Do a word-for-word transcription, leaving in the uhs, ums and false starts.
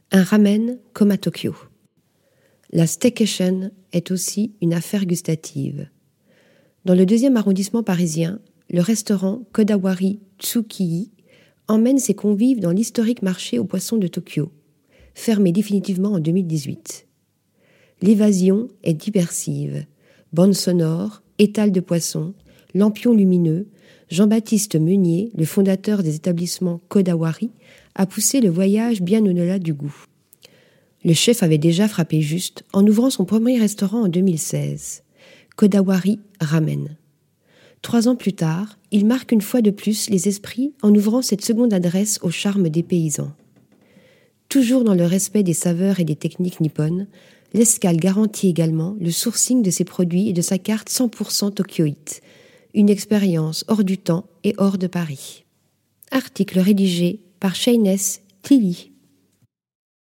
Un ramen comme à Tokyo. La staycation est aussi une affaire gustative. Dans le deuxième arrondissement parisien, le restaurant Kodawari Tsukiyi emmène ses convives dans l'historique marché aux poissons de Tokyo, fermé définitivement en deux mille dix-huit. L'évasion est immersive. Bande sonore, étal de poissons, lampions lumineux, Jean-Baptiste Meunier, le fondateur des établissements Kodawari, a poussé le voyage bien au-delà du goût. Le chef avait déjà frappé juste en ouvrant son premier restaurant en deux mille seize, Kodawari Ramen. Trois ans plus tard, il marque une fois de plus les esprits en ouvrant cette seconde adresse au charme des paysans. Toujours dans le respect des saveurs et des techniques nippones, l'escale garantit également le sourcing de ses produits et de sa carte cent pour cent tokyoïte, une expérience hors du temps et hors de Paris. Article rédigé par Shayness Tilly.